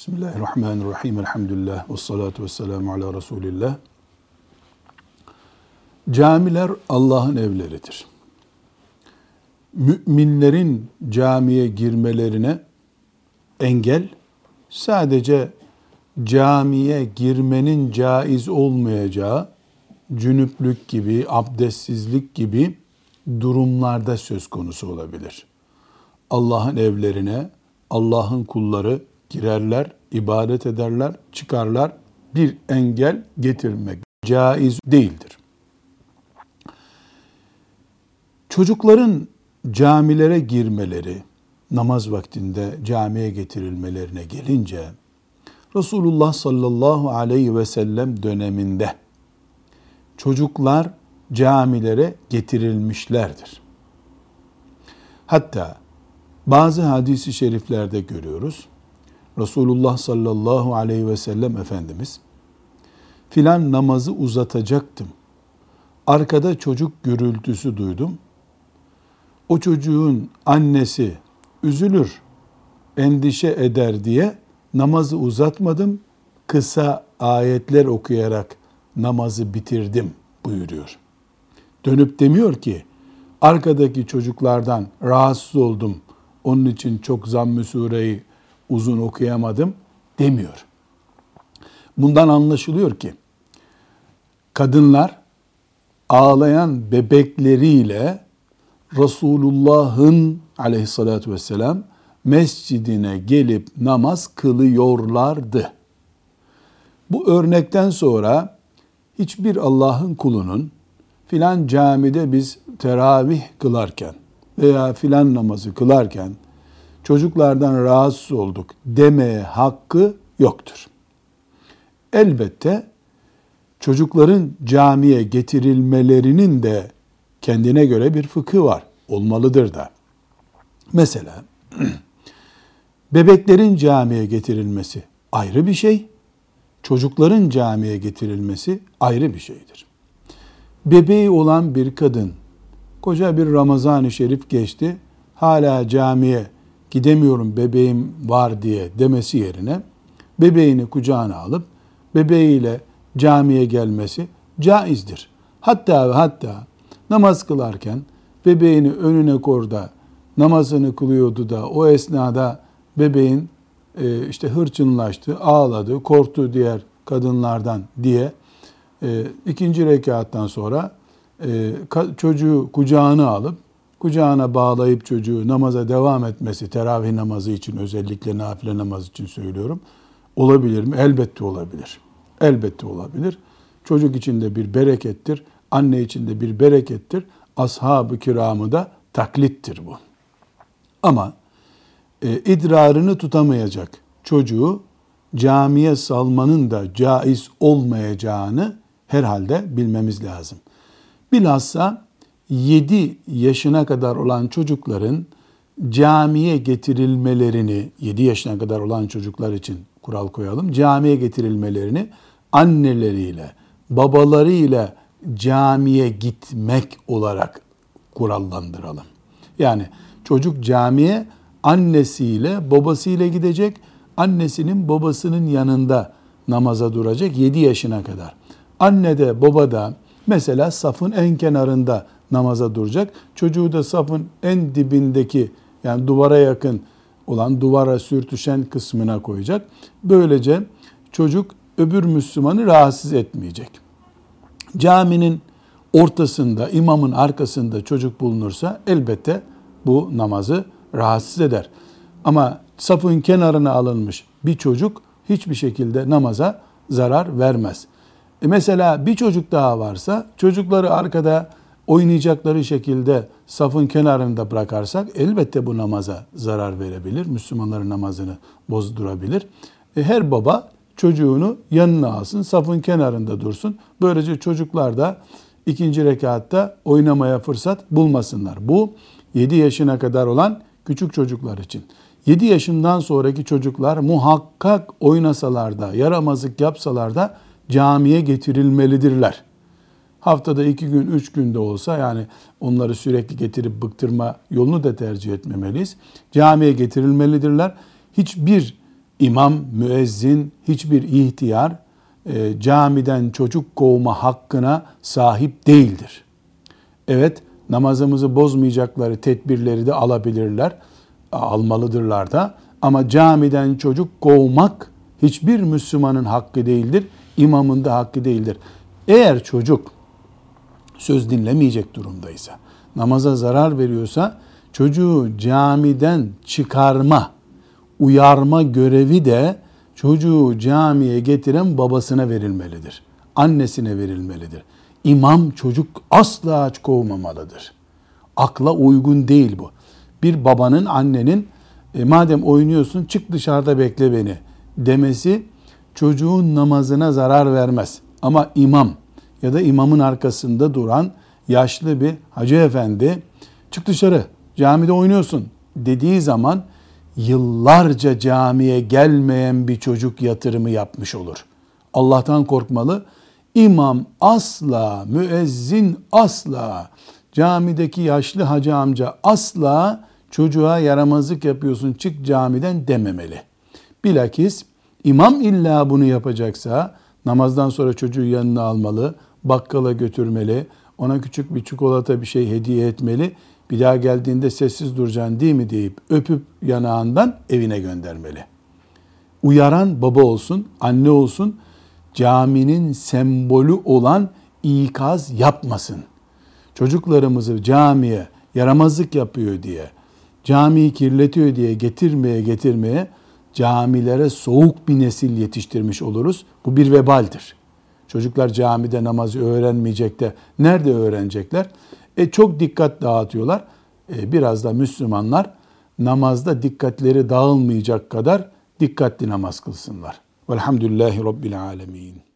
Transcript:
Bismillahirrahmanirrahim. Elhamdülillah. Vessalatu vesselamu ala Resulillah. Camiler Allah'ın evleridir. Müminlerin camiye girmelerine engel sadece camiye girmenin caiz olmayacağı cünüplük gibi, abdestsizlik gibi durumlarda söz konusu olabilir. Allah'ın evlerine Allah'ın kulları girerler, ibadet ederler, çıkarlar. Bir engel getirmek caiz değildir. Çocukların camilere girmeleri, namaz vaktinde camiye getirilmelerine gelince, Resulullah sallallahu aleyhi ve sellem döneminde çocuklar camilere getirilmişlerdir. Hatta bazı hadis-i şeriflerde görüyoruz. Resulullah sallallahu aleyhi ve sellem Efendimiz, filan namazı uzatacaktım. Arkada çocuk gürültüsü duydum. O çocuğun annesi üzülür, endişe eder diye namazı uzatmadım. Kısa ayetler okuyarak namazı bitirdim buyuruyor. Dönüp demiyor ki, arkadaki çocuklardan rahatsız oldum, onun için çok Zamm-ı Sure'yi uzun okuyamadım demiyor. Bundan anlaşılıyor ki, kadınlar ağlayan bebekleriyle Resulullah'ın aleyhissalatü vesselam mescidine gelip namaz kılıyorlardı. Bu örnekten sonra hiçbir Allah'ın kulunun filan camide biz teravih kılarken veya filan namazı kılarken çocuklardan rahatsız olduk demeye hakkı yoktur. Elbette çocukların camiye getirilmelerinin de kendine göre bir fıkhı var. Olmalıdır da. Mesela bebeklerin camiye getirilmesi ayrı bir şey, çocukların camiye getirilmesi ayrı bir şeydir. Bebeği olan bir kadın, koca bir Ramazan-ı Şerif geçti, hala camiye gidemiyorum bebeğim var diye demesi yerine, bebeğini kucağına alıp bebeğiyle camiye gelmesi caizdir. Hatta namaz kılarken bebeğini önüne koydu da namazını kılıyordu da o esnada bebeğin hırçınlaştı, ağladı, korktu diğer kadınlardan diye ikinci rekattan sonra çocuğu kucağına alıp kucağına bağlayıp çocuğu namaza devam etmesi, teravih namazı için, özellikle nafile namaz için söylüyorum, olabilir mi? Elbette olabilir. Elbette olabilir. Çocuk için de bir berekettir, anne için de bir berekettir. Ashab-ı kiramı da taklittir bu. Ama idrarını tutamayacak çocuğu camiye salmanın da caiz olmayacağını herhalde bilmemiz lazım. Bilhassa 7 yaşına kadar olan çocukların camiye getirilmelerini, 7 yaşına kadar olan çocuklar için kural koyalım, camiye getirilmelerini anneleriyle, babalarıyla camiye gitmek olarak kurallandıralım. Yani çocuk camiye annesiyle, babasıyla gidecek, annesinin, babasının yanında namaza duracak 7 yaşına kadar. Anne de, baba da mesela safın en kenarında namaza duracak. Çocuğu da safın en dibindeki, yani duvara yakın olan, duvara sürtüşen kısmına koyacak. Böylece çocuk öbür Müslümanı rahatsız etmeyecek. Caminin ortasında, imamın arkasında çocuk bulunursa elbette bu namazı rahatsız eder. Ama safın kenarına alınmış bir çocuk hiçbir şekilde namaza zarar vermez. Mesela bir çocuk daha varsa çocukları arkada oynayacakları şekilde safın kenarında bırakarsak elbette bu namaza zarar verebilir. Müslümanların namazını bozdurabilir. Her baba çocuğunu yanına alsın, safın kenarında dursun. Böylece çocuklar da ikinci rekatta oynamaya fırsat bulmasınlar. Bu 7 yaşına kadar olan küçük çocuklar için. 7 yaşından sonraki çocuklar muhakkak oynasalar da, yaramazlık yapsalar da camiye getirilmelidirler. Haftada 2 gün, 3 günde olsa, yani onları sürekli getirip bıktırma yolunu da tercih etmemeliyiz. Camiye getirilmelidirler. Hiçbir İmam, müezzin, hiçbir ihtiyar camiden çocuk kovma hakkına sahip değildir. Evet, namazımızı bozmayacakları tedbirleri de alabilirler, almalıdırlar da. Ama camiden çocuk kovmak hiçbir Müslümanın hakkı değildir, imamın da hakkı değildir. Eğer çocuk söz dinlemeyecek durumdaysa, namaza zarar veriyorsa, çocuğu camiden çıkarma, uyarma görevi de çocuğu camiye getiren babasına verilmelidir. Annesine verilmelidir. İmam çocuk asla kovmamalıdır. Akla uygun değil bu. Bir babanın, annenin madem oynuyorsun çık dışarıda bekle beni demesi çocuğun namazına zarar vermez. Ama imam ya da imamın arkasında duran yaşlı bir hacı efendi çık dışarı camide oynuyorsun dediği zaman yıllarca camiye gelmeyen bir çocuk yatırımı yapmış olur. Allah'tan korkmalı. İmam asla, müezzin asla, camideki yaşlı hacı amca asla çocuğa yaramazlık yapıyorsun çık camiden dememeli. Bilakis imam illa bunu yapacaksa namazdan sonra çocuğu yanına almalı, bakkala götürmeli, ona küçük bir çikolata bir şey hediye etmeli. Bir daha geldiğinde sessiz duracaksın değil mi deyip öpüp yanağından evine göndermeli. Uyaran baba olsun, anne olsun, caminin sembolü olan ikaz yapmasın. Çocuklarımızı camiye yaramazlık yapıyor diye, camiyi kirletiyor diye getirmeye camilere soğuk bir nesil yetiştirmiş oluruz. Bu bir vebaldir. Çocuklar camide namazı öğrenmeyecek de nerede öğrenecekler? Çok dikkat dağıtıyorlar. Biraz da Müslümanlar namazda dikkatleri dağılmayacak kadar dikkatli namaz kılsınlar. Velhamdülillahi Rabbil alemin.